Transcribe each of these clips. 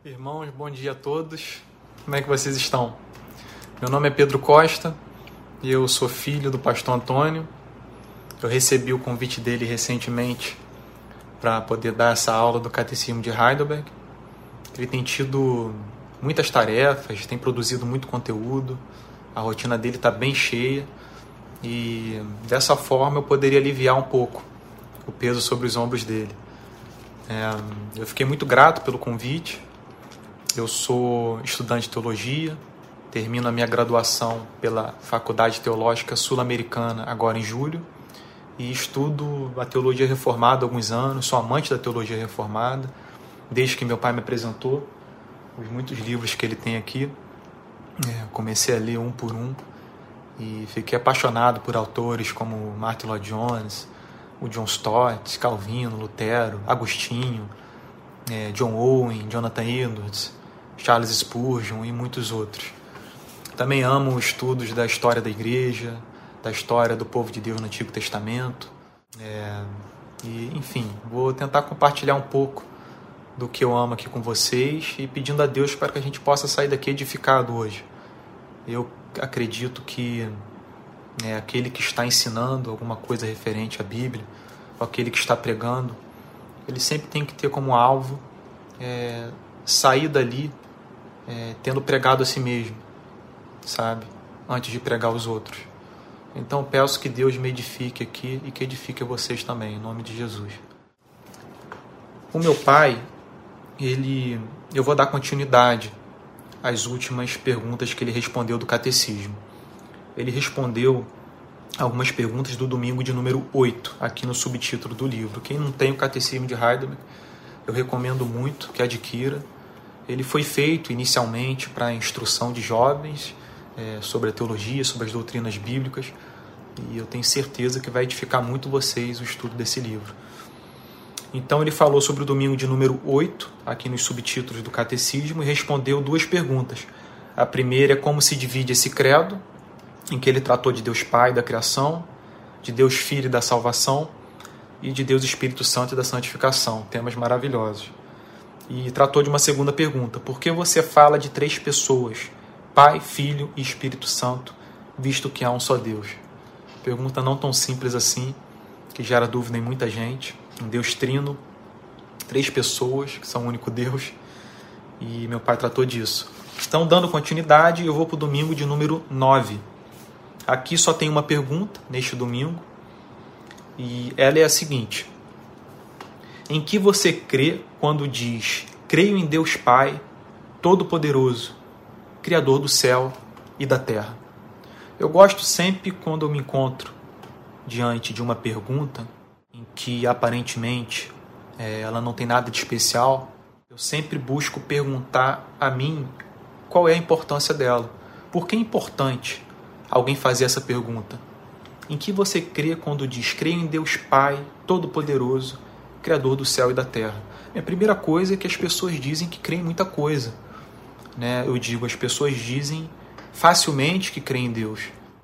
Irmãos, bom dia a todos. Como é que vocês estão? Meu nome é Pedro Costa e eu sou filho do pastor Antônio. Eu recebi o convite dele recentemente para poder dar essa aula do Catecismo de Heidelberg. Ele tem tido muitas tarefas, tem produzido muito conteúdo, a rotina dele está bem cheia e dessa forma eu poderia aliviar um pouco o peso sobre os ombros dele. Eu fiquei muito grato pelo convite. Eu sou estudante de teologia, termino a minha graduação pela Faculdade Teológica Sul-Americana agora em julho e estudo a teologia reformada há alguns anos, sou amante da teologia reformada, desde que meu pai me apresentou os muitos livros que ele tem aqui. Comecei a ler um por um e fiquei apaixonado por autores como Martin Lloyd-Jones, o John Stott, Calvino, Lutero, Agostinho, John Owen, Jonathan Edwards, Charles Spurgeon e muitos outros. Também amo estudos da história da igreja, da história do povo de Deus no Antigo Testamento. Enfim, vou tentar compartilhar um pouco do que eu amo aqui com vocês e pedindo a Deus para que a gente possa sair daqui edificado hoje. Eu acredito que aquele que está ensinando alguma coisa referente à Bíblia, ou aquele que está pregando, ele sempre tem que ter como alvo sair dali tendo pregado a si mesmo, sabe? Antes de pregar aos outros. Então peço que Deus me edifique aqui e que edifique a vocês também, em nome de Jesus. O meu pai, eu vou dar continuidade às últimas perguntas que ele respondeu do catecismo. Ele respondeu algumas perguntas do domingo de número 8, aqui no subtítulo do livro. Quem não tem o Catecismo de Heidelberg, eu recomendo muito que adquira. Ele foi feito inicialmente para a instrução de jovens sobre a teologia, sobre as doutrinas bíblicas, e eu tenho certeza que vai edificar muito vocês o estudo desse livro. Então ele falou sobre o domingo de número 8, aqui nos subtítulos do Catecismo, e respondeu duas perguntas. A primeira é como se divide esse credo, em que ele tratou de Deus Pai da criação, de Deus Filho e da salvação, e de Deus Espírito Santo e da santificação, temas maravilhosos. E tratou de uma segunda pergunta: por que você fala de três pessoas, Pai, Filho e Espírito Santo, visto que há um só Deus? Pergunta não tão simples assim, que gera dúvida em muita gente. Um Deus trino, três pessoas, que são um único Deus, e meu pai tratou disso. Então, dando continuidade, eu vou para o domingo de número 9. Aqui só tem uma pergunta neste domingo, e ela é a seguinte: em que você crê quando diz, creio em Deus Pai, Todo-Poderoso, Criador do céu e da terra? Eu gosto sempre, quando eu me encontro diante de uma pergunta em que aparentemente ela não tem nada de especial, eu sempre busco perguntar a mim qual é a importância dela. Por que é importante alguém fazer essa pergunta? Em que você crê quando diz, creio em Deus Pai, Todo-Poderoso, Criador do céu e da terra? A primeira coisa é que as pessoas dizem que creem em muita coisa. Eu digo, as pessoas dizem facilmente que creem em Deus.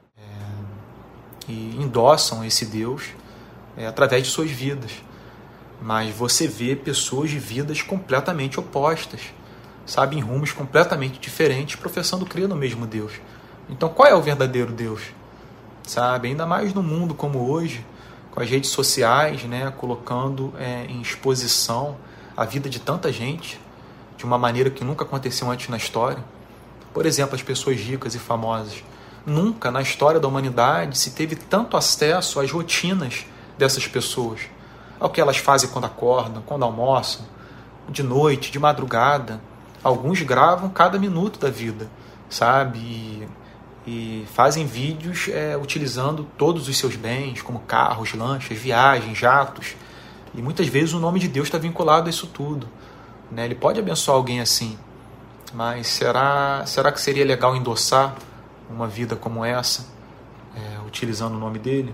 E endossam esse Deus através de suas vidas. Mas você vê pessoas de vidas completamente opostas, sabe, em rumos completamente diferentes, professando crer no mesmo Deus. Então, qual é o verdadeiro Deus? Sabe, ainda mais no mundo como hoje, com as redes sociais, colocando em exposição a vida de tanta gente, de uma maneira que nunca aconteceu antes na história. Por exemplo, as pessoas ricas e famosas. Nunca na história da humanidade se teve tanto acesso às rotinas dessas pessoas, ao que elas fazem quando acordam, quando almoçam, de noite, de madrugada. Alguns gravam cada minuto da vida, sabe? E fazem vídeos utilizando todos os seus bens, como carros, lanchas, viagens, jatos. E muitas vezes o nome de Deus está vinculado a isso tudo. Ele pode abençoar alguém assim, mas será que seria legal endossar uma vida como essa, utilizando o nome dele?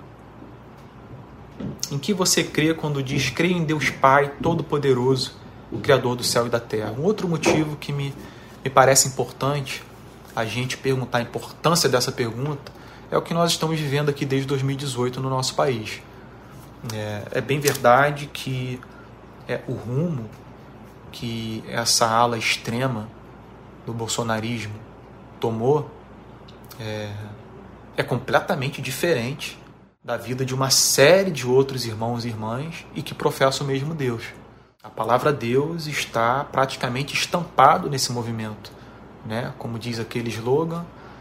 Em que você crê quando diz, creio em Deus Pai, Todo-Poderoso, o Criador do céu e da terra? Um outro motivo que me parece importante a gente perguntar a importância dessa pergunta é o que nós estamos vivendo aqui desde 2018 no nosso país. É bem verdade que o rumo que essa ala extrema do bolsonarismo tomou é completamente diferente da vida de uma série de outros irmãos e irmãs e que professam o mesmo Deus. A palavra Deus está praticamente estampado nesse movimento, né? Como diz aquele slogan,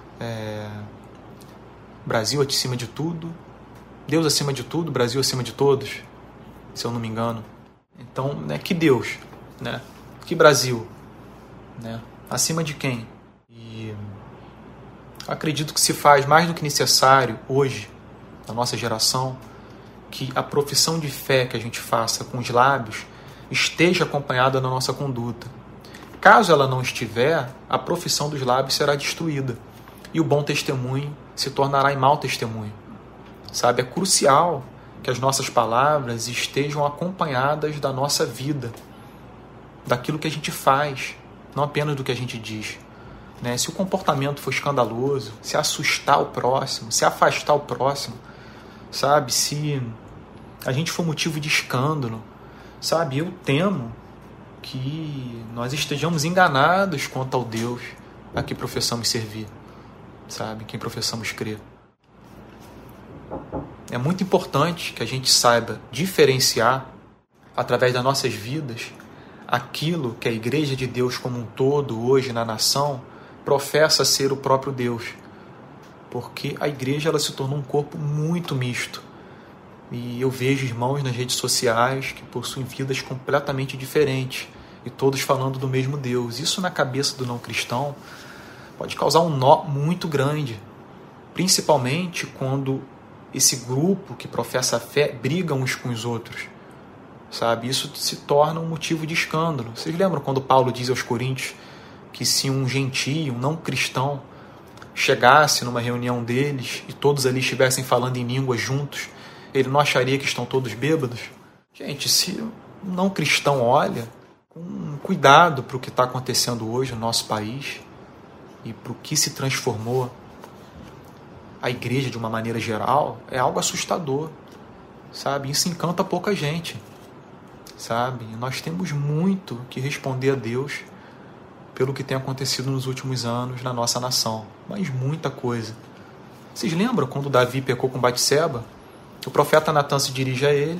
Brasil acima de tudo, Deus acima de tudo, Brasil acima de todos, se eu não me engano. Então, né, que Deus, né? Que Brasil, né? Acima de quem? E acredito que se faz mais do que necessário hoje, na nossa geração, que a profissão de fé que a gente faça com os lábios esteja acompanhada da nossa conduta. Caso ela não estiver, a profissão dos lábios será destruída e o bom testemunho se tornará em mau testemunho. Sabe, é crucial que as nossas palavras estejam acompanhadas da nossa vida, daquilo que a gente faz, não apenas do que a gente diz. Né? Se o comportamento for escandaloso, se assustar o próximo, se afastar o próximo, sabe, se a gente for motivo de escândalo, sabe, eu temo que nós estejamos enganados quanto ao Deus a que professamos servir, sabe, quem professamos crer. É muito importante que a gente saiba diferenciar, através das nossas vidas, aquilo que a Igreja de Deus como um todo, hoje na nação, professa ser o próprio Deus. Porque a igreja ela se tornou um corpo muito misto. E eu vejo irmãos nas redes sociais que possuem vidas completamente diferentes e todos falando do mesmo Deus. Isso na cabeça do não cristão pode causar um nó muito grande, principalmente quando esse grupo que professa a fé briga uns com os outros. Sabe? Isso se torna um motivo de escândalo. Vocês lembram quando Paulo diz aos Coríntios que se um gentio, um não cristão, chegasse numa reunião deles e todos ali estivessem falando em línguas juntos, ele não acharia que estão todos bêbados? Gente, se um não cristão olha com cuidado para o que está acontecendo hoje no nosso país e para o que se transformou a igreja de uma maneira geral, é algo assustador, sabe? Isso encanta pouca gente, sabe? E nós temos muito que responder a Deus pelo que tem acontecido nos últimos anos na nossa nação, mas muita coisa. Vocês lembram quando Davi pecou com Batseba? O profeta Natan se dirige a ele,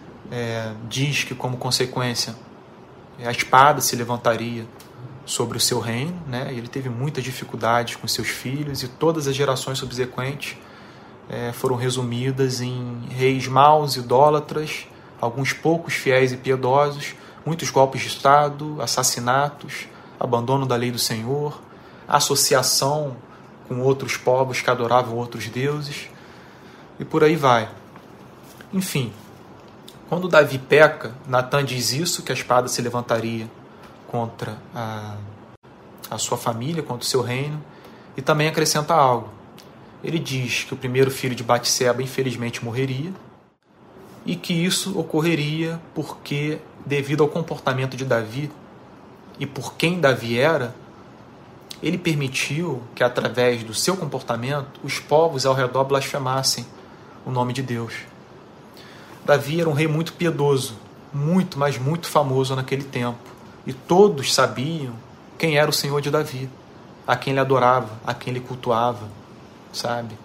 diz que como consequência a espada se levantaria sobre o seu reino, né? Ele teve muitas dificuldades com seus filhos e todas as gerações subsequentes foram resumidas em reis maus, idólatras, alguns poucos fiéis e piedosos, muitos golpes de Estado, assassinatos, abandono da lei do Senhor, associação com outros povos que adoravam outros deuses, e por aí vai. Enfim, quando Davi peca, Natan diz isso, que a espada se levantaria contra a sua família, contra o seu reino, e também acrescenta algo. Ele diz que o primeiro filho de Batseba, infelizmente, morreria, e que isso ocorreria porque, devido ao comportamento de Davi, e por quem Davi era, ele permitiu que, através do seu comportamento, os povos ao redor blasfemassem o nome de Deus. Davi era um rei muito piedoso, muito, mas muito famoso naquele tempo. E todos sabiam quem era o Senhor de Davi, a quem ele adorava, a quem ele cultuava, sabe?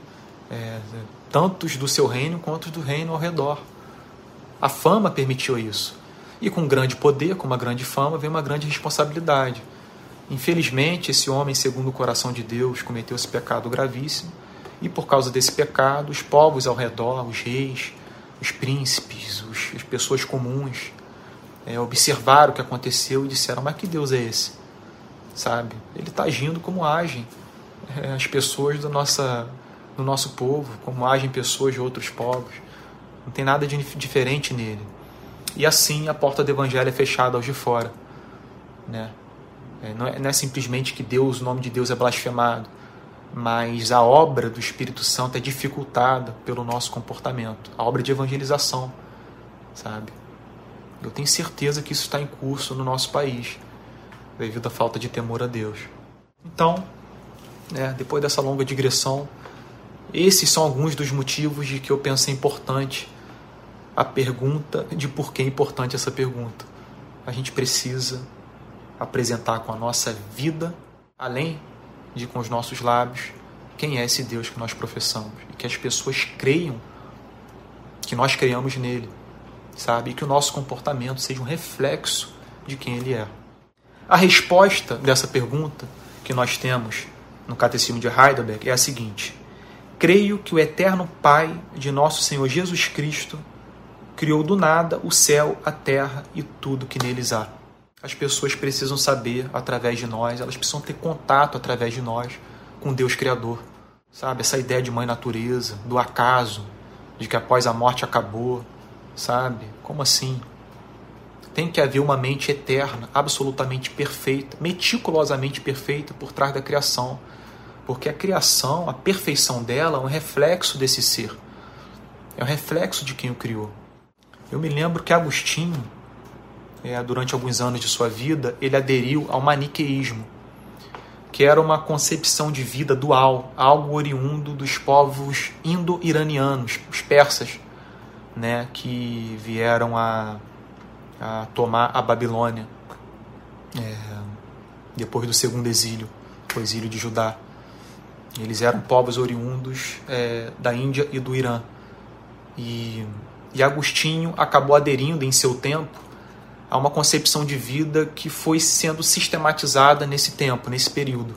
Tantos do seu reino quanto do reino ao redor. A fama permitiu isso. E com grande poder, com uma grande fama, vem uma grande responsabilidade. Infelizmente, esse homem, segundo o coração de Deus, cometeu esse pecado gravíssimo, e por causa desse pecado, os povos ao redor, os reis, os príncipes, as pessoas comuns, observaram o que aconteceu e disseram: mas que Deus é esse? Sabe? Ele está agindo como agem as pessoas do nosso povo, como agem pessoas de outros povos. Não tem nada de diferente nele. E assim a porta do evangelho é fechada aos de fora, né? Não é simplesmente que o nome de Deus é blasfemado, mas a obra do Espírito Santo é dificultada pelo nosso comportamento, a obra de evangelização, sabe? Eu tenho certeza que isso está em curso no nosso país, devido à falta de temor a Deus. Então, depois dessa longa digressão, esses são alguns dos motivos de que eu penso importante a pergunta de por que é importante essa pergunta. a gente precisa apresentar com a nossa vida, além de com os nossos lábios, quem é esse Deus que nós professamos. E que as pessoas creiam que nós creiamos nele, sabe? E que o nosso comportamento seja um reflexo de quem ele é. A resposta dessa pergunta que nós temos no Catecismo de Heidelberg é a seguinte: creio que o eterno Pai de nosso Senhor Jesus Cristo criou do nada o céu, a terra e tudo que neles há. As pessoas precisam saber através de nós, elas precisam ter contato através de nós com Deus Criador. Sabe, essa ideia de mãe natureza, do acaso, de que após a morte acabou, sabe? Como assim? Tem que haver uma mente eterna, absolutamente perfeita, meticulosamente perfeita por trás da criação. Porque a criação, a perfeição dela é um reflexo desse ser. É um reflexo de quem o criou. Eu me lembro que Agostinho, durante alguns anos de sua vida, ele aderiu ao maniqueísmo, que era uma concepção de vida dual, algo oriundo dos povos indo-iranianos, os persas, né, que vieram a tomar a Babilônia depois do segundo exílio, o exílio de Judá. Eles eram povos oriundos da Índia e do Irã. E Agostinho acabou aderindo em seu tempo a uma concepção de vida que foi sendo sistematizada nesse tempo, nesse período,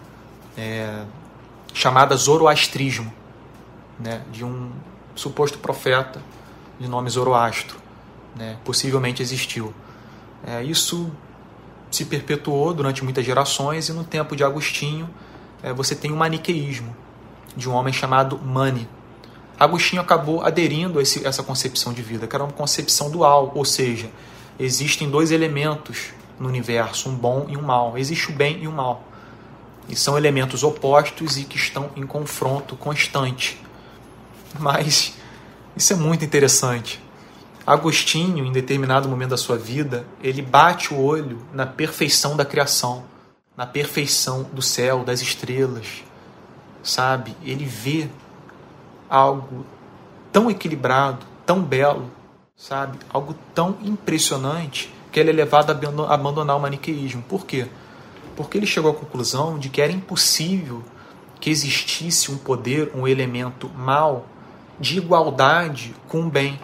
chamada zoroastrismo, né, de um suposto profeta de nome Zoroastro, né, possivelmente existiu. Isso se perpetuou durante muitas gerações e no tempo de Agostinho você tem o maniqueísmo de um homem chamado Mani. Agostinho acabou aderindo a essa concepção de vida, que era uma concepção dual, ou seja, existem dois elementos no universo, um bom e um mal. Existe o bem e o mal. E são elementos opostos e que estão em confronto constante. Mas isso é muito interessante. Agostinho, em determinado momento da sua vida, ele bate o olho na perfeição da criação, na perfeição do céu, das estrelas, sabe? Ele vê algo tão equilibrado, tão belo, sabe? Algo tão impressionante que ele é levado a abandonar o maniqueísmo. Por quê? Porque ele chegou à conclusão de que era impossível que existisse um poder, um elemento mal, de igualdade com o bem.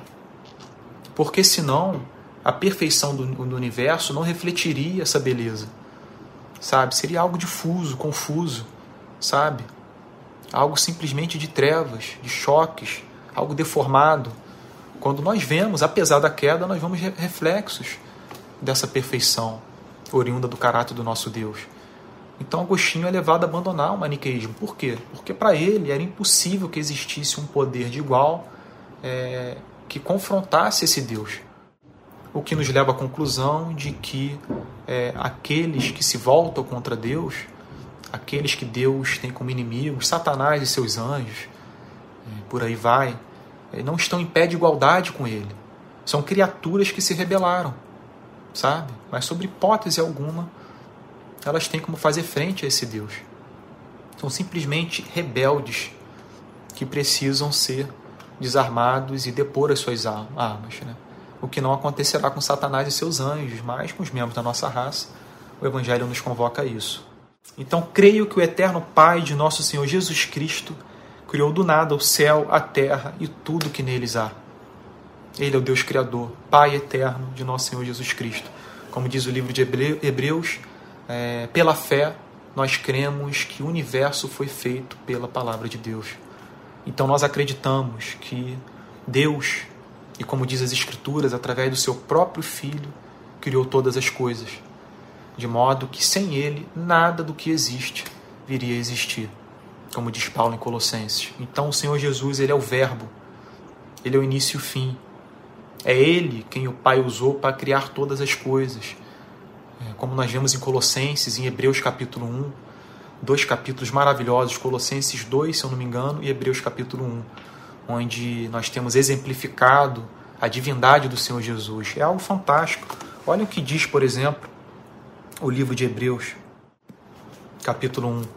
Porque senão a perfeição do universo não refletiria essa beleza, sabe? Seria algo difuso, confuso, sabe? Algo simplesmente de trevas, de choques, algo deformado. Quando nós vemos, apesar da queda, nós vemos reflexos dessa perfeição oriunda do caráter do nosso Deus. Então Agostinho é levado a abandonar o maniqueísmo. Por quê? Porque para ele era impossível que existisse um poder de igual que confrontasse esse Deus. O que nos leva à conclusão de que aqueles que se voltam contra Deus, aqueles que Deus tem como inimigos, Satanás e seus anjos, por aí vai, não estão em pé de igualdade com ele. São criaturas que se rebelaram, sabe? Mas sobre hipótese alguma, elas têm como fazer frente a esse Deus. São simplesmente rebeldes que precisam ser desarmados e depor as suas armas, né? O que não acontecerá com Satanás e seus anjos, mas com os membros da nossa raça. O Evangelho nos convoca a isso. Então, creio que o eterno Pai de nosso Senhor Jesus Cristo criou do nada o céu, a terra e tudo que neles há. Ele é o Deus Criador, Pai eterno de nosso Senhor Jesus Cristo. Como diz o livro de Hebreus, pela fé nós cremos que o universo foi feito pela palavra de Deus. Então nós acreditamos que Deus, e como diz as Escrituras, através do seu próprio Filho, criou todas as coisas, de modo que sem ele nada do que existe viria a existir, como diz Paulo em Colossenses. Então o Senhor Jesus, ele é o Verbo, ele é o início e o fim. É ele quem o Pai usou para criar todas as coisas. Como nós vemos em Colossenses, em Hebreus capítulo 1, dois capítulos maravilhosos, Colossenses 2, se eu não me engano, e Hebreus capítulo 1, onde nós temos exemplificado a divindade do Senhor Jesus. É algo fantástico. Olha o que diz, por exemplo, o livro de Hebreus, capítulo 1.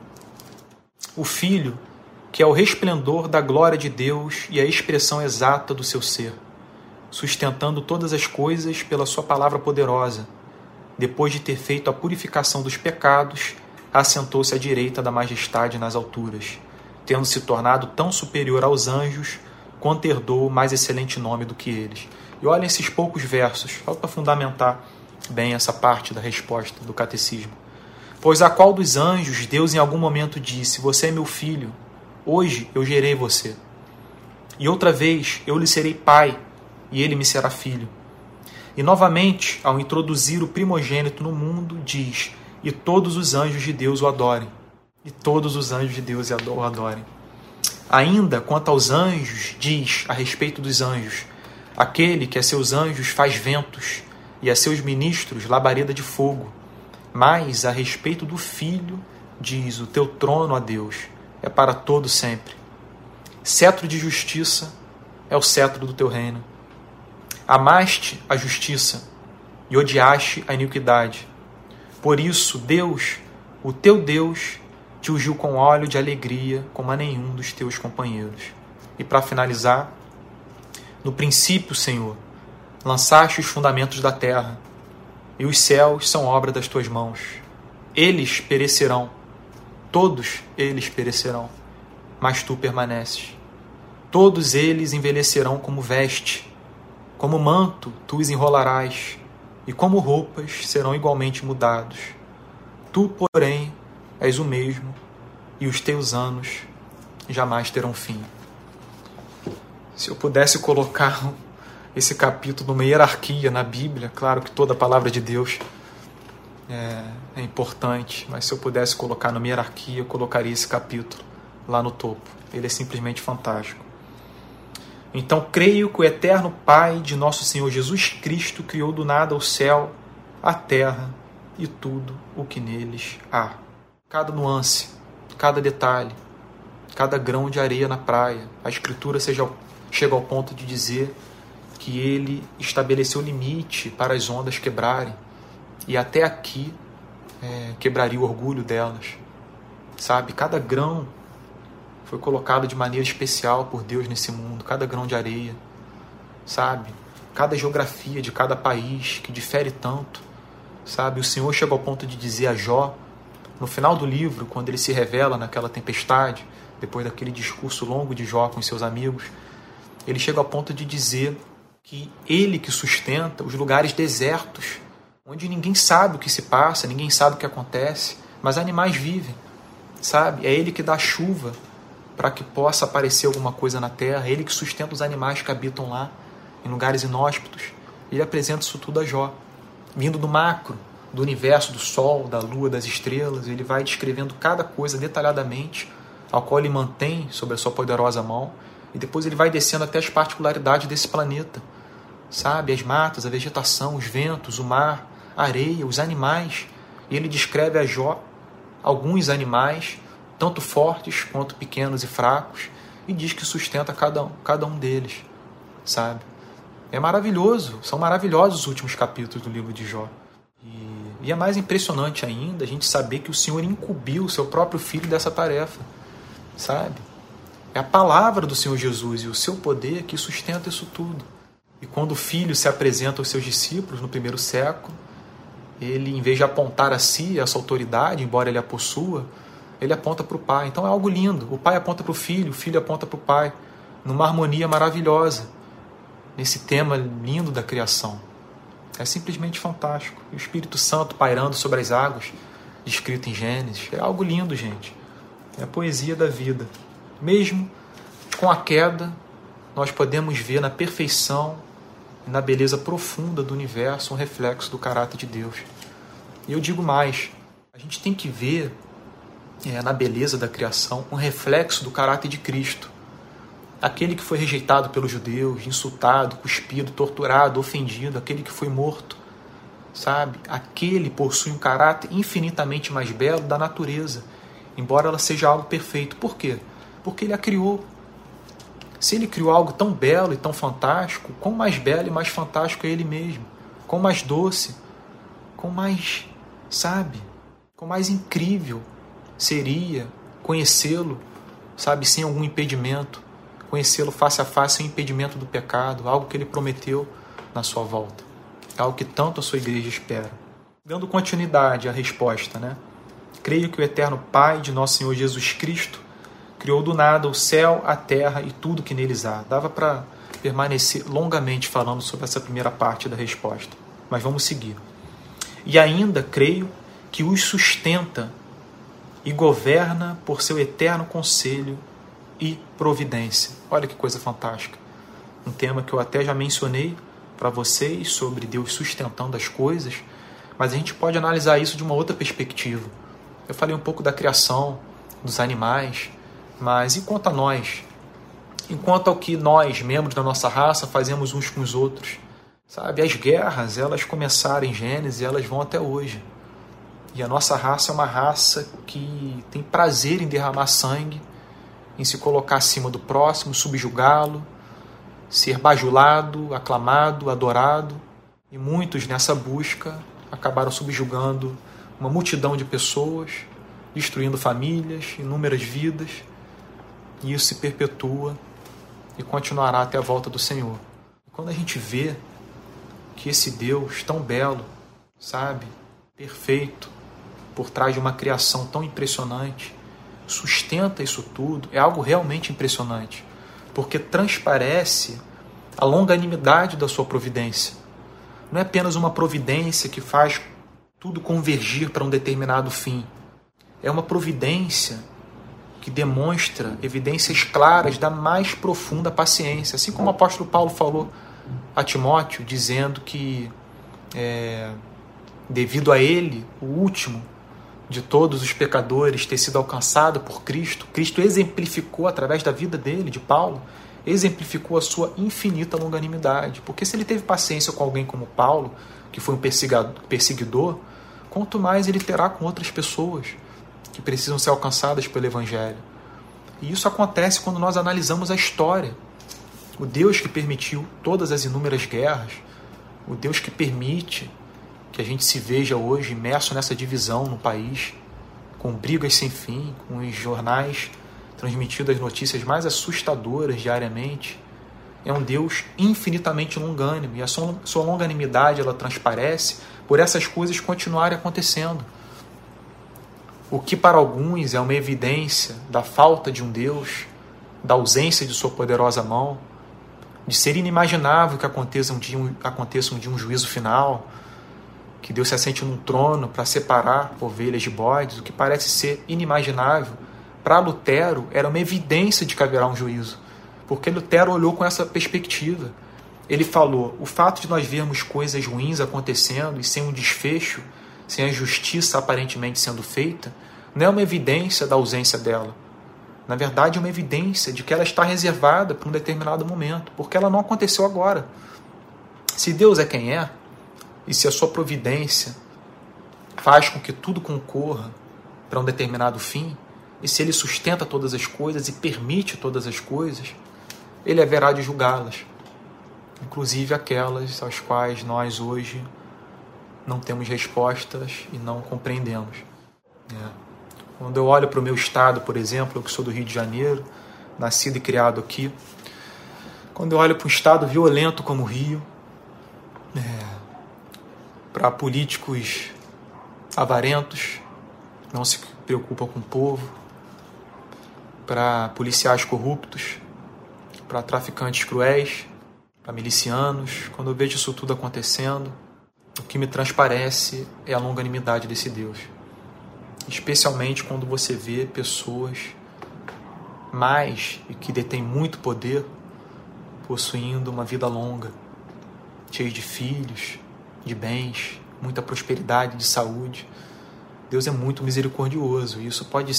O Filho, que é o resplendor da glória de Deus e a expressão exata do seu ser, sustentando todas as coisas pela sua palavra poderosa. Depois de ter feito a purificação dos pecados, assentou-se à direita da majestade nas alturas, tendo se tornado tão superior aos anjos, quanto herdou mais excelente nome do que eles. E olhem esses poucos versos, só para fundamentar bem essa parte da resposta do catecismo. Pois a qual dos anjos Deus em algum momento disse: você é meu filho, hoje eu gerei você. E outra vez eu lhe serei pai, e ele me será filho. E novamente, ao introduzir o primogênito no mundo, diz: e todos os anjos de Deus o adorem. E todos os anjos de Deus o adorem. Ainda quanto aos anjos, diz a respeito dos anjos: aquele que a seus anjos faz ventos, e a seus ministros labareda de fogo. Mas a respeito do Filho, diz: o teu trono, ó Deus, é para todo sempre. Cetro de justiça é o cetro do teu reino. Amaste a justiça e odiaste a iniquidade. Por isso, Deus, o teu Deus, te ungiu com óleo de alegria como a nenhum dos teus companheiros. E para finalizar, no princípio, Senhor, lançaste os fundamentos da terra, e os céus são obra das tuas mãos. Eles perecerão, todos eles perecerão, mas tu permaneces. Todos eles envelhecerão como veste, como manto tu os enrolarás, e como roupas serão igualmente mudados. Tu, porém, és o mesmo, e os teus anos jamais terão fim. Se eu pudesse colocar esse capítulo numa hierarquia na Bíblia, claro que toda a palavra de Deus é importante, mas se eu pudesse colocar numa hierarquia, eu colocaria esse capítulo lá no topo. Ele é simplesmente fantástico. Então, creio que o eterno Pai de nosso Senhor Jesus Cristo criou do nada o céu, a terra e tudo o que neles há. Cada nuance, cada detalhe, cada grão de areia na praia. A Escritura chega ao ponto de dizer que ele estabeleceu limite para as ondas quebrarem, e até aqui quebraria o orgulho delas. Sabe, cada grão foi colocado de maneira especial por Deus nesse mundo, cada grão de areia, sabe? Cada geografia de cada país que difere tanto, sabe? O Senhor chega ao ponto de dizer a Jó, no final do livro, quando ele se revela naquela tempestade, depois daquele discurso longo de Jó com seus amigos, ele chega ao ponto de dizer que ele que sustenta os lugares desertos, onde ninguém sabe o que se passa, ninguém sabe o que acontece, mas animais vivem, sabe? É ele que dá chuva para que possa aparecer alguma coisa na terra, é ele que sustenta os animais que habitam lá, em lugares inóspitos. Ele apresenta isso tudo a Jó, vindo do macro, do universo, do sol, da lua, das estrelas. Ele vai descrevendo cada coisa detalhadamente, ao qual ele mantém sob a sua poderosa mão, e depois ele vai descendo até as particularidades desse planeta, sabe? As matas, a vegetação, os ventos, o mar, a areia, os animais. E ele descreve a Jó alguns animais, tanto fortes quanto pequenos e fracos, e diz que sustenta cada um deles, sabe? É maravilhoso, são maravilhosos os últimos capítulos do livro de Jó. E é mais impressionante ainda a gente saber que o Senhor incumbiu o seu próprio Filho dessa tarefa, sabe? É a palavra do Senhor Jesus e o seu poder que sustenta isso tudo. E quando o Filho se apresenta aos seus discípulos no primeiro século, ele, em vez de apontar a si essa autoridade, embora ele a possua, ele aponta para o Pai. Então é algo lindo. O Pai aponta para o Filho aponta para o Pai, numa harmonia maravilhosa, nesse tema lindo da criação. É simplesmente fantástico. E o Espírito Santo pairando sobre as águas, descrito em Gênesis, é algo lindo, gente. É a poesia da vida. Mesmo com a queda, nós podemos ver na perfeição e na beleza profunda do universo um reflexo do caráter de Deus. E eu digo mais, a gente tem que ver na beleza da criação um reflexo do caráter de Cristo. Aquele que foi rejeitado pelos judeus, insultado, cuspido, torturado, ofendido, aquele que foi morto, sabe? Aquele possui um caráter infinitamente mais belo da natureza, embora ela seja algo perfeito. Por quê? Porque ele a criou. Se ele criou algo tão belo e tão fantástico, quão mais belo e mais fantástico é ele mesmo, quão mais doce, quão mais, sabe, quão mais incrível seria conhecê-lo, sabe, sem algum impedimento, Conhecê-lo face a face sem impedimento do pecado, algo que ele prometeu na sua volta. É algo que tanto a sua igreja espera. Dando continuidade à resposta, né? Creio que o eterno Pai de nosso Senhor Jesus Cristo criou do nada o céu, a terra e tudo que neles há. Dava para permanecer longamente falando sobre essa primeira parte da resposta, mas vamos seguir. E ainda creio que os sustenta e governa por seu eterno conselho e providência. Olha que coisa fantástica. Um tema que eu até já mencionei para vocês sobre Deus sustentando as coisas, mas a gente pode analisar isso de uma outra perspectiva. Eu falei um pouco da criação, dos animais, mas e quanto a nós? Enquanto ao que nós, membros da nossa raça, fazemos uns com os outros. Sabe, as guerras, elas começaram em Gênesis e elas vão até hoje. E a nossa raça é uma raça que tem prazer em derramar sangue, em se colocar acima do próximo, subjugá-lo, ser bajulado, aclamado, adorado. E muitos nessa busca acabaram subjugando uma multidão de pessoas, destruindo famílias, inúmeras vidas. E isso se perpetua e continuará até a volta do Senhor. E quando a gente vê que esse Deus tão belo, sabe, perfeito, por trás de uma criação tão impressionante, sustenta isso tudo, é algo realmente impressionante, porque transparece a longanimidade da sua providência. Não é apenas uma providência que faz tudo convergir para um determinado fim. É uma providência que demonstra evidências claras da mais profunda paciência, assim como o apóstolo Paulo falou a Timóteo, dizendo que devido a ele, o último de todos os pecadores, ter sido alcançado por Cristo, Cristo exemplificou através da vida dele, de Paulo, exemplificou a sua infinita longanimidade. Porque se ele teve paciência com alguém como Paulo, que foi um perseguidor, quanto mais ele terá com outras pessoas que precisam ser alcançadas pelo Evangelho. E isso acontece quando nós analisamos a história. O Deus que permitiu todas as inúmeras guerras, o Deus que permite que a gente se veja hoje imerso nessa divisão no país, com brigas sem fim, com os jornais transmitindo as notícias mais assustadoras diariamente. É um Deus infinitamente longânimo, e a sua longanimidade ela transparece por essas coisas continuarem acontecendo. O que para alguns é uma evidência da falta de um Deus, da ausência de sua poderosa mão, de ser inimaginável que aconteça um dia um juízo final, que Deus se assente num trono para separar ovelhas de bodes, o que parece ser inimaginável, para Lutero era uma evidência de que haverá um juízo, porque Lutero olhou com essa perspectiva. Ele falou, o fato de nós vermos coisas ruins acontecendo e sem um desfecho, sem a justiça aparentemente sendo feita, não é uma evidência da ausência dela. Na verdade, é uma evidência de que ela está reservada para um determinado momento, porque ela não aconteceu agora. Se Deus é quem é, e se a sua providência faz com que tudo concorra para um determinado fim, e se ele sustenta todas as coisas e permite todas as coisas, ele haverá de julgá-las, inclusive aquelas às quais nós hoje não temos respostas e não compreendemos. Quando eu olho para o meu estado, por exemplo, eu que sou do Rio de Janeiro, nascido e criado aqui, quando eu olho para um estado violento como o Rio, para políticos avarentos, não se preocupam com o povo, para policiais corruptos, para traficantes cruéis, para milicianos, quando eu vejo isso tudo acontecendo, o que me transparece é a longanimidade desse Deus. Especialmente quando você vê pessoas mais e que detêm muito poder, possuindo uma vida longa, cheia de filhos, de bens, muita prosperidade, de saúde. Deus é muito misericordioso e isso pode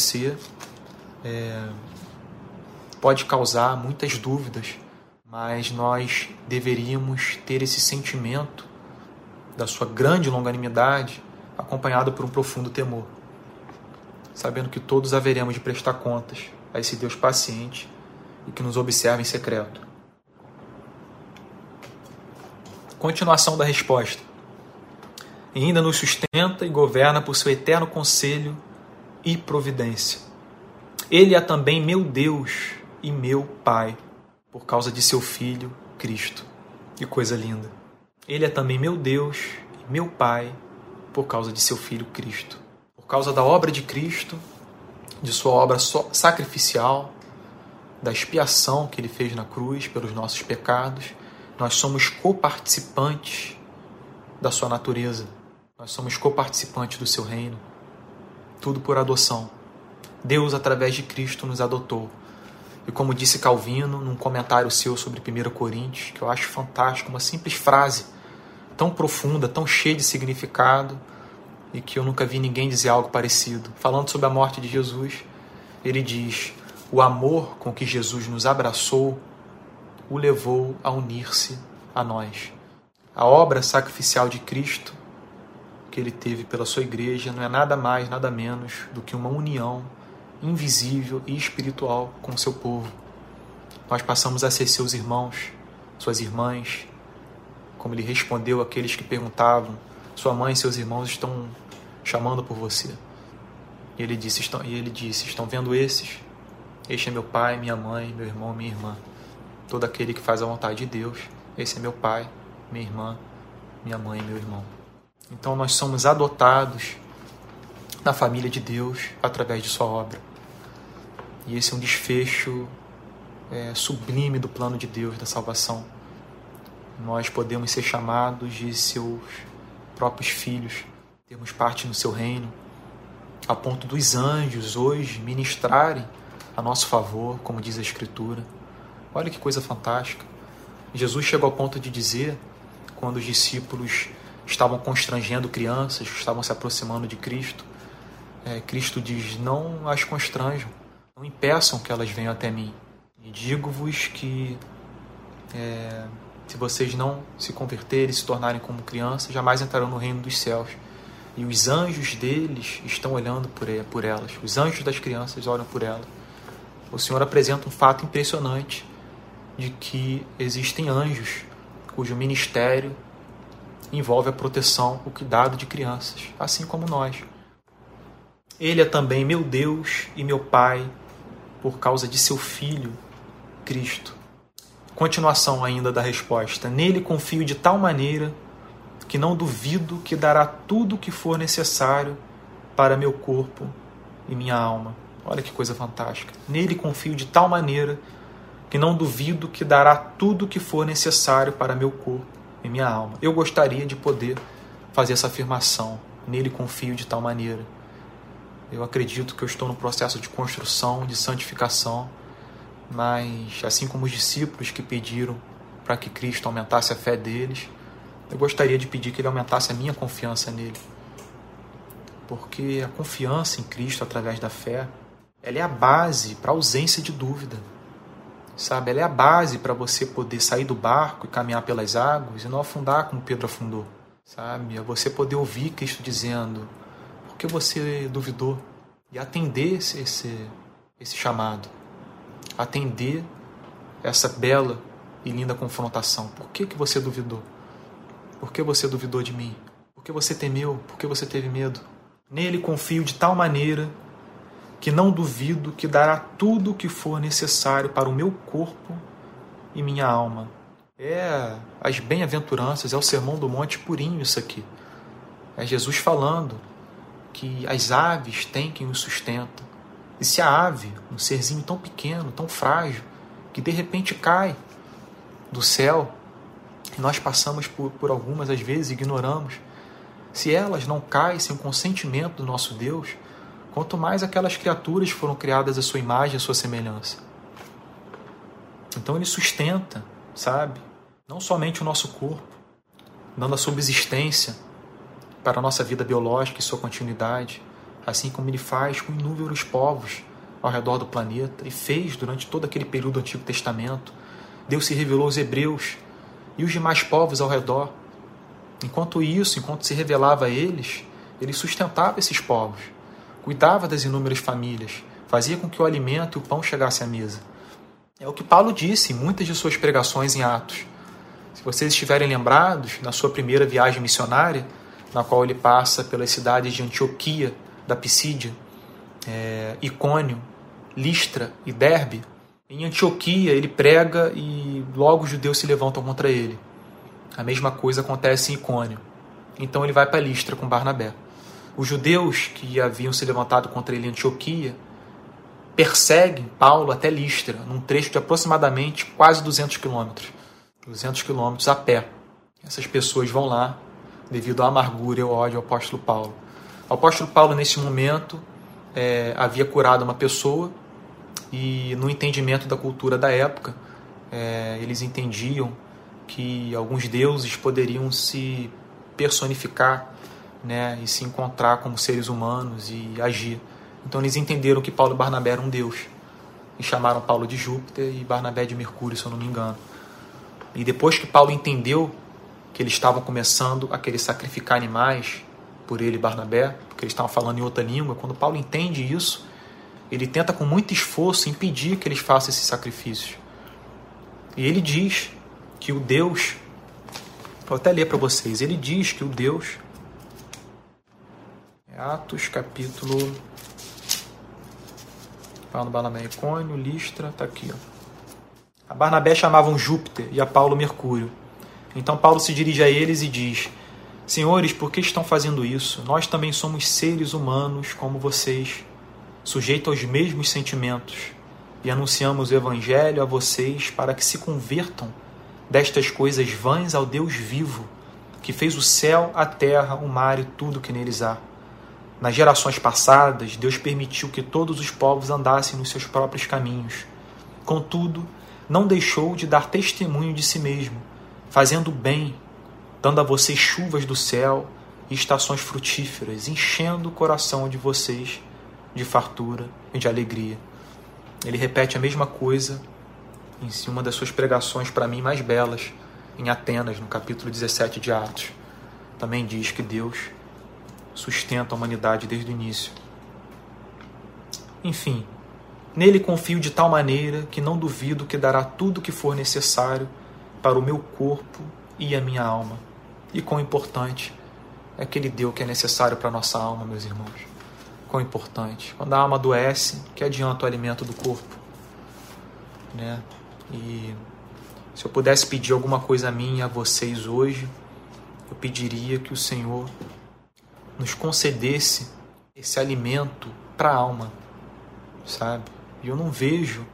causar muitas dúvidas, mas nós deveríamos ter esse sentimento da sua grande longanimidade acompanhado por um profundo temor, sabendo que todos haveremos de prestar contas a esse Deus paciente e que nos observa em secreto. Continuação da resposta. E ainda nos sustenta e governa por seu eterno conselho e providência. Ele é também meu Deus e meu Pai. por causa de seu Filho, Cristo. Que coisa linda! Ele é também meu Deus e meu Pai, por causa de seu Filho, Cristo. Por causa da obra de Cristo, de sua obra sacrificial, da expiação que ele fez na cruz pelos nossos pecados, nós somos coparticipantes da sua natureza. Nós somos coparticipantes do seu reino. Tudo por adoção. Deus, através de Cristo, nos adotou. E como disse Calvino, num comentário seu sobre 1 Coríntios, que eu acho fantástico, uma simples frase, tão profunda, tão cheia de significado, e que eu nunca vi ninguém dizer algo parecido. Falando sobre a morte de Jesus, ele diz: o amor com que Jesus nos abraçou o levou a unir-se a nós. A obra sacrificial de Cristo que ele teve pela sua igreja não é nada mais, nada menos do que uma união invisível e espiritual com o seu povo. Nós passamos a ser seus irmãos, suas irmãs, como ele respondeu àqueles que perguntavam: sua mãe e seus irmãos estão chamando por você. E ele disse: estão vendo esses? Este é meu pai, minha mãe, meu irmão, minha irmã. Todo aquele que faz a vontade de Deus, esse é meu pai, minha irmã, minha mãe e meu irmão. Então nós somos adotados na família de Deus através de sua obra. E esse é um desfecho sublime do plano de Deus da salvação. Nós podemos ser chamados de seus próprios filhos, termos parte no seu reino, a ponto dos anjos hoje ministrarem a nosso favor, como diz a Escritura. Olha que coisa fantástica. Jesus chegou ao ponto de dizer, quando os discípulos estavam constrangendo crianças, estavam se aproximando de Cristo, Cristo diz: não as constranjam, não impeçam que elas venham até mim. E digo-vos que se vocês não se converterem e se tornarem como crianças, jamais entrarão no reino dos céus. E os anjos deles estão olhando por elas. Os anjos das crianças olham por elas. O Senhor apresenta um fato impressionante de que existem anjos cujo ministério envolve a proteção, o cuidado de crianças, assim como nós. Ele é também meu Deus e meu Pai, por causa de seu Filho, Cristo. Continuação ainda da resposta. Nele confio de tal maneira que não duvido que dará tudo o que for necessário para meu corpo e minha alma. Olha que coisa fantástica. Nele confio de tal maneira que não duvido que dará tudo o que for necessário para meu corpo e minha alma. Eu gostaria de poder fazer essa afirmação. Nele confio de tal maneira. Eu acredito que eu estou no processo de construção, de santificação, mas assim como os discípulos que pediram para que Cristo aumentasse a fé deles, eu gostaria de pedir que Ele aumentasse a minha confiança nele. Porque a confiança em Cristo através da fé, ela é a base para a ausência de dúvida. Sabe? Ela é a base para você poder sair do barco e caminhar pelas águas e não afundar como Pedro afundou. Sabe? É você poder ouvir Cristo dizendo: por que você duvidou? E atender esse chamado. Atender essa bela e linda confrontação. Por que você duvidou? Por que você duvidou de mim? Por que você temeu? Por que você teve medo? Nele confio de tal maneira que não duvido que dará tudo o que for necessário para o meu corpo e minha alma. É as bem-aventuranças, é o Sermão do Monte purinho isso aqui. É Jesus falando que as aves têm quem os sustenta. E se a ave, um serzinho tão pequeno, tão frágil, que de repente cai do céu, e nós passamos por algumas, às vezes, ignoramos, se elas não caem sem o consentimento do nosso Deus, quanto mais aquelas criaturas foram criadas à sua imagem e à sua semelhança. Então Ele sustenta, sabe? Não somente o nosso corpo, dando a subsistência para a nossa vida biológica e sua continuidade, assim como Ele faz com inúmeros povos ao redor do planeta e fez durante todo aquele período do Antigo Testamento. Deus se revelou aos hebreus e os demais povos ao redor. Enquanto se revelava a eles, Ele sustentava esses povos, cuidava das inúmeras famílias, fazia com que o alimento e o pão chegassem à mesa. É o que Paulo disse em muitas de suas pregações em Atos. Se vocês estiverem lembrados, na sua primeira viagem missionária, na qual ele passa pelas cidades de Antioquia, da Pisídia, Icônio, Listra e Derbe, Em Antioquia ele prega e logo os judeus se levantam contra ele. A mesma coisa acontece em Icônio. Então ele vai para Listra com Barnabé. Os judeus que haviam se levantado contra ele em Antioquia perseguem Paulo até Listra, num trecho de aproximadamente quase 200 quilômetros. 200 quilômetros a pé. Essas pessoas vão lá devido à amargura e ao ódio ao apóstolo Paulo. O apóstolo Paulo, nesse momento, havia curado uma pessoa e, no entendimento da cultura da época, eles entendiam que alguns deuses poderiam se personificar, né, e se encontrar como seres humanos e agir. Então eles entenderam que Paulo e Barnabé eram um deus e chamaram Paulo de Júpiter e Barnabé de Mercúrio, se eu não me engano. E depois que Paulo entendeu que eles estavam começando a querer sacrificar animais por ele e Barnabé, porque eles estavam falando em outra língua, quando Paulo entende isso, ele tenta com muito esforço impedir que eles façam esses sacrifícios. E ele diz que o Deus, vou até ler para vocês, ele diz que o Deus, Atos capítulo, fala no Barnabé, Icônio, Listra, está aqui, ó. A Barnabé chamavam Júpiter e a Paulo Mercúrio. Então Paulo se dirige a eles e diz: Senhores, por que estão fazendo isso? Nós também somos seres humanos como vocês, sujeitos aos mesmos sentimentos, e anunciamos o Evangelho a vocês para que se convertam destas coisas vãs ao Deus vivo, que fez o céu, a terra, o mar e tudo que neles há. Nas gerações passadas, Deus permitiu que todos os povos andassem nos seus próprios caminhos. Contudo, não deixou de dar testemunho de si mesmo, fazendo bem, dando a vocês chuvas do céu e estações frutíferas, enchendo o coração de vocês de fartura e de alegria. Ele repete a mesma coisa em uma das suas pregações, para mim, mais belas, em Atenas, no capítulo 17 de Atos. Também diz que Deus sustenta a humanidade desde o início. Enfim, nele confio de tal maneira que não duvido que dará tudo o que for necessário para o meu corpo e a minha alma. E quão importante é que ele deu o que é necessário para a nossa alma, meus irmãos. Quão importante. Quando a alma adoece, que adianta o alimento do corpo? Né? E se eu pudesse pedir alguma coisa a mim e a vocês hoje, eu pediria que o Senhor nos concedesse esse alimento para a alma, sabe? E eu não vejo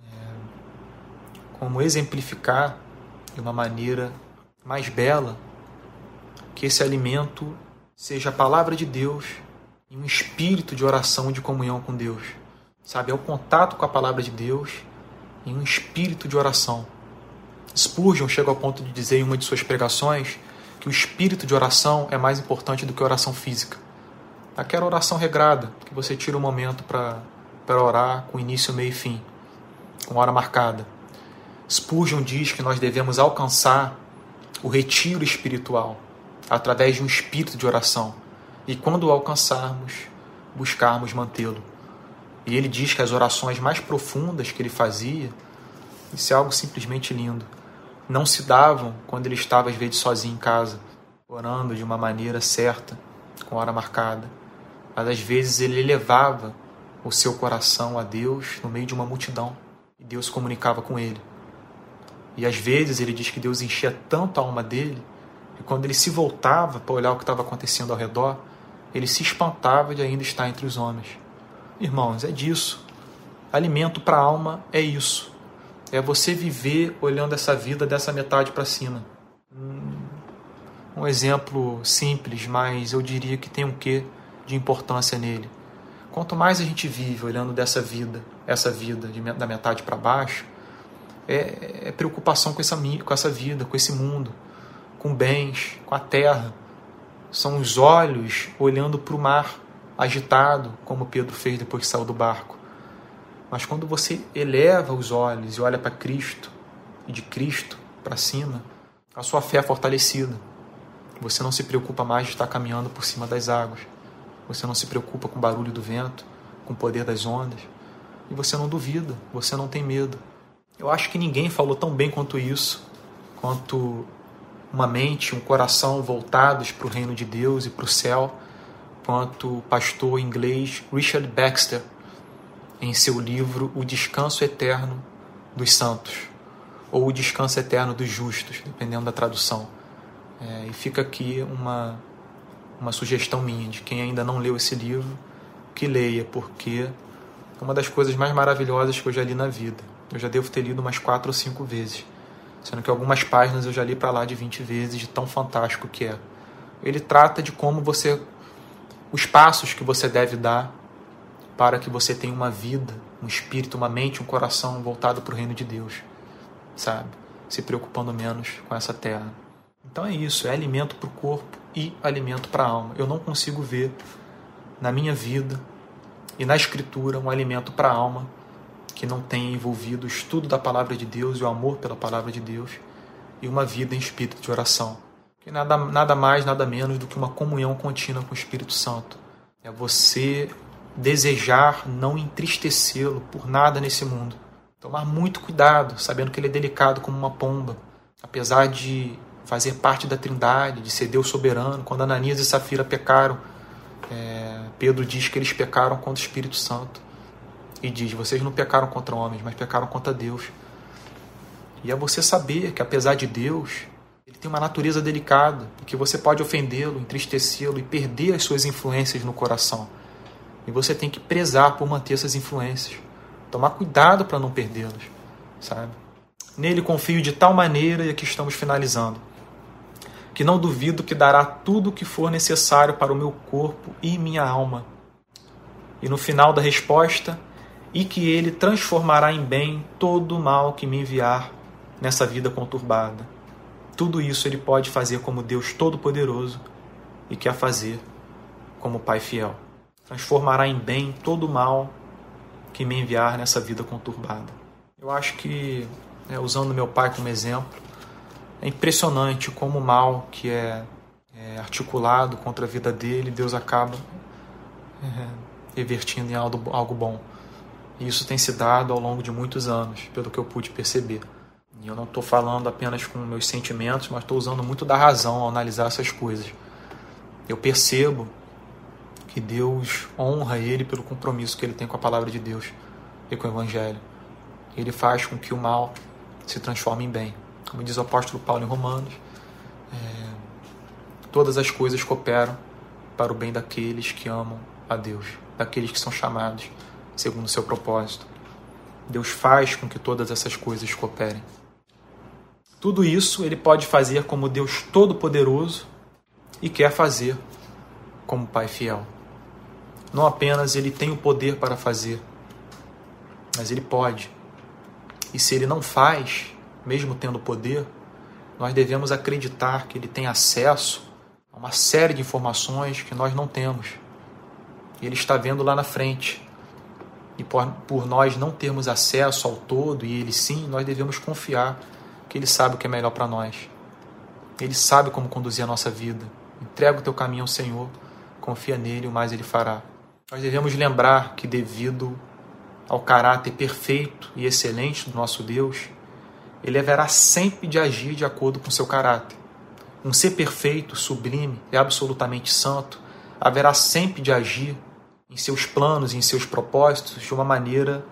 como exemplificar de uma maneira mais bela que esse alimento seja a palavra de Deus e um espírito de oração e de comunhão com Deus, sabe? É o contato com a palavra de Deus e um espírito de oração. Spurgeon chega ao ponto de dizer em uma de suas pregações que o espírito de oração é mais importante do que a oração física. Aquela oração regrada, que você tira um momento para orar com início, meio e fim, com hora marcada. Spurgeon diz que nós devemos alcançar o retiro espiritual através de um espírito de oração e, quando o alcançarmos, buscarmos mantê-lo. E ele diz que as orações mais profundas que ele fazia, isso é algo simplesmente lindo, não se davam quando ele estava às vezes sozinho em casa, orando de uma maneira certa, com hora marcada, mas às vezes ele elevava o seu coração a Deus no meio de uma multidão e Deus comunicava com ele. E às vezes ele diz que Deus enchia tanto a alma dele que quando ele se voltava para olhar o que estava acontecendo ao redor, ele se espantava de ainda estar entre os homens. Irmãos, é disso. Alimento para a alma é isso. É você viver olhando essa vida dessa metade para cima. Um exemplo simples, mas eu diria que tem um quê de importância nele. Quanto mais a gente vive olhando dessa vida, essa vida da metade para baixo, é preocupação com essa vida, com esse mundo, com bens, com a terra. São os olhos olhando para o mar agitado, como Pedro fez depois que saiu do barco. Mas quando você eleva os olhos e olha para Cristo, e de Cristo para cima, a sua fé é fortalecida. Você não se preocupa mais de estar caminhando por cima das águas. Você não se preocupa com o barulho do vento, com o poder das ondas. E você não duvida, você não tem medo. Eu acho que ninguém falou tão bem quanto isso, quanto uma mente, um coração voltados para o reino de Deus e para o céu, quanto o pastor inglês Richard Baxter, em seu livro O Descanso Eterno dos santos, ou o descanso eterno dos justos, dependendo da tradução. E fica aqui uma sugestão minha, de quem ainda não leu esse livro, que leia, porque é uma das coisas mais maravilhosas que eu já li na vida. Eu já devo ter lido umas 4 ou 5 vezes, sendo que algumas páginas eu já li para lá de 20 vezes, de tão fantástico que é. Ele trata de como os passos que você deve dar para que você tenha uma vida, um espírito, uma mente, um coração voltado para o reino de Deus, sabe? Se preocupando menos com essa terra. Então é isso, é alimento para o corpo e alimento para a alma. Eu não consigo ver na minha vida e na Escritura um alimento para a alma que não tenha envolvido o estudo da palavra de Deus e o amor pela palavra de Deus e uma vida em espírito de oração. Que nada mais, nada menos do que uma comunhão contínua com o Espírito Santo. É você desejar não entristecê-lo por nada nesse mundo. Tomar muito cuidado, sabendo que ele é delicado como uma pomba. Apesar de fazer parte da Trindade, de ser Deus soberano, quando Ananias e Safira pecaram, Pedro diz que eles pecaram contra o Espírito Santo. E diz, vocês não pecaram contra homens, mas pecaram contra Deus. E é você saber que, apesar de Deus, ele tem uma natureza delicada, e que você pode ofendê-lo, entristecê-lo e perder as suas influências no coração. E você tem que prezar por manter essas influências. Tomar cuidado para não perdê-las, sabe? Nele confio de tal maneira, e aqui estamos finalizando, que não duvido que dará tudo o que for necessário para o meu corpo e minha alma. E no final da resposta, e que ele transformará em bem todo o mal que me enviar nessa vida conturbada. Tudo isso ele pode fazer como Deus Todo-Poderoso e quer fazer como Pai fiel. Transformará em bem todo o mal que me enviar nessa vida conturbada. Eu acho que, usando meu pai como exemplo, é impressionante como o mal que é articulado contra a vida dele, Deus acaba revertindo em algo bom. E isso tem se dado ao longo de muitos anos, pelo que eu pude perceber. E eu não estou falando apenas com meus sentimentos, mas estou usando muito da razão ao analisar essas coisas. Eu percebo que Deus honra ele pelo compromisso que ele tem com a palavra de Deus e com o Evangelho. Ele faz com que o mal se transforme em bem. Como diz o apóstolo Paulo em Romanos, todas as coisas cooperam para o bem daqueles que amam a Deus, daqueles que são chamados segundo o seu propósito. Deus faz com que todas essas coisas cooperem. Tudo isso ele pode fazer como Deus Todo-Poderoso e quer fazer como Pai fiel. Não apenas ele tem o poder para fazer, mas ele pode. E se ele não faz, mesmo tendo poder, nós devemos acreditar que ele tem acesso a uma série de informações que nós não temos. E ele está vendo lá na frente. E por nós não termos acesso ao todo, e ele sim, nós devemos confiar que ele sabe o que é melhor para nós. Ele sabe como conduzir a nossa vida. Entrega o teu caminho ao Senhor, confia nele, o mais ele fará. Nós devemos lembrar que, devido ao caráter perfeito e excelente do nosso Deus, ele haverá sempre de agir de acordo com seu caráter. Um ser perfeito, sublime e absolutamente santo, haverá sempre de agir em seus planos e em seus propósitos de uma maneira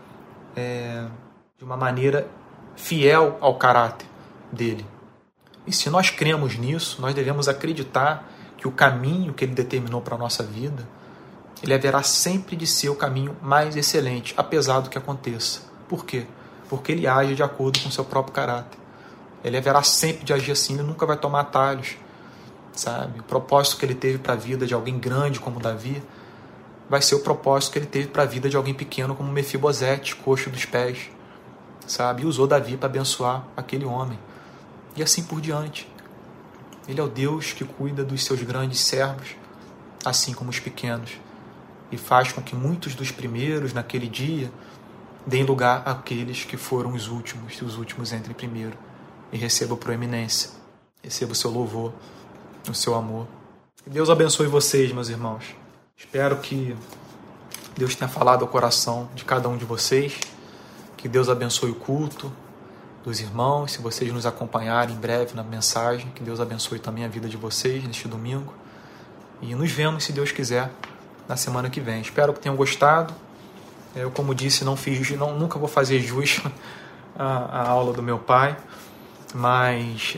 fiel ao caráter dele. E se nós cremos nisso, nós devemos acreditar que o caminho que ele determinou para a nossa vida, ele haverá sempre de ser o caminho mais excelente, apesar do que aconteça. Por quê? Porque ele age de acordo com o seu próprio caráter. Ele haverá sempre de agir assim, ele nunca vai tomar atalhos, sabe? O propósito que ele teve para a vida de alguém grande como Davi vai ser o propósito que ele teve para a vida de alguém pequeno como Mefibosete, coxo dos pés, sabe? E usou Davi para abençoar aquele homem. E assim por diante. Ele é o Deus que cuida dos seus grandes servos, assim como os pequenos, e faz com que muitos dos primeiros naquele dia deem lugar àqueles que foram os últimos, e os últimos entrem primeiro, e recebam proeminência, recebam o seu louvor, o seu amor. Que Deus abençoe vocês, meus irmãos. Espero que Deus tenha falado ao coração de cada um de vocês, que Deus abençoe o culto dos irmãos, se vocês nos acompanharem em breve na mensagem, que Deus abençoe também a vida de vocês neste domingo, e nos vemos, se Deus quiser, na semana que vem. Espero que tenham gostado. Eu, como disse, nunca vou fazer jus a aula do meu pai, mas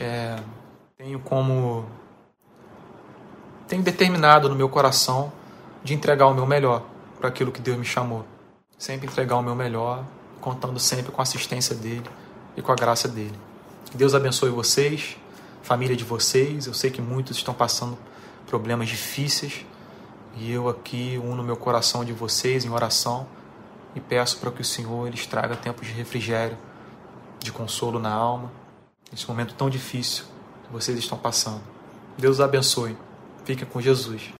tenho determinado no meu coração de entregar o meu melhor para aquilo que Deus me chamou. Sempre entregar o meu melhor, contando sempre com a assistência dele e com a graça dele. Deus abençoe vocês, família de vocês. Eu sei que muitos estão passando problemas difíceis e eu aqui uno meu coração de vocês em oração e peço para que o Senhor lhes traga tempos de refrigério, de consolo na alma, nesse momento tão difícil que vocês estão passando. Deus os abençoe. Fiquem com Jesus.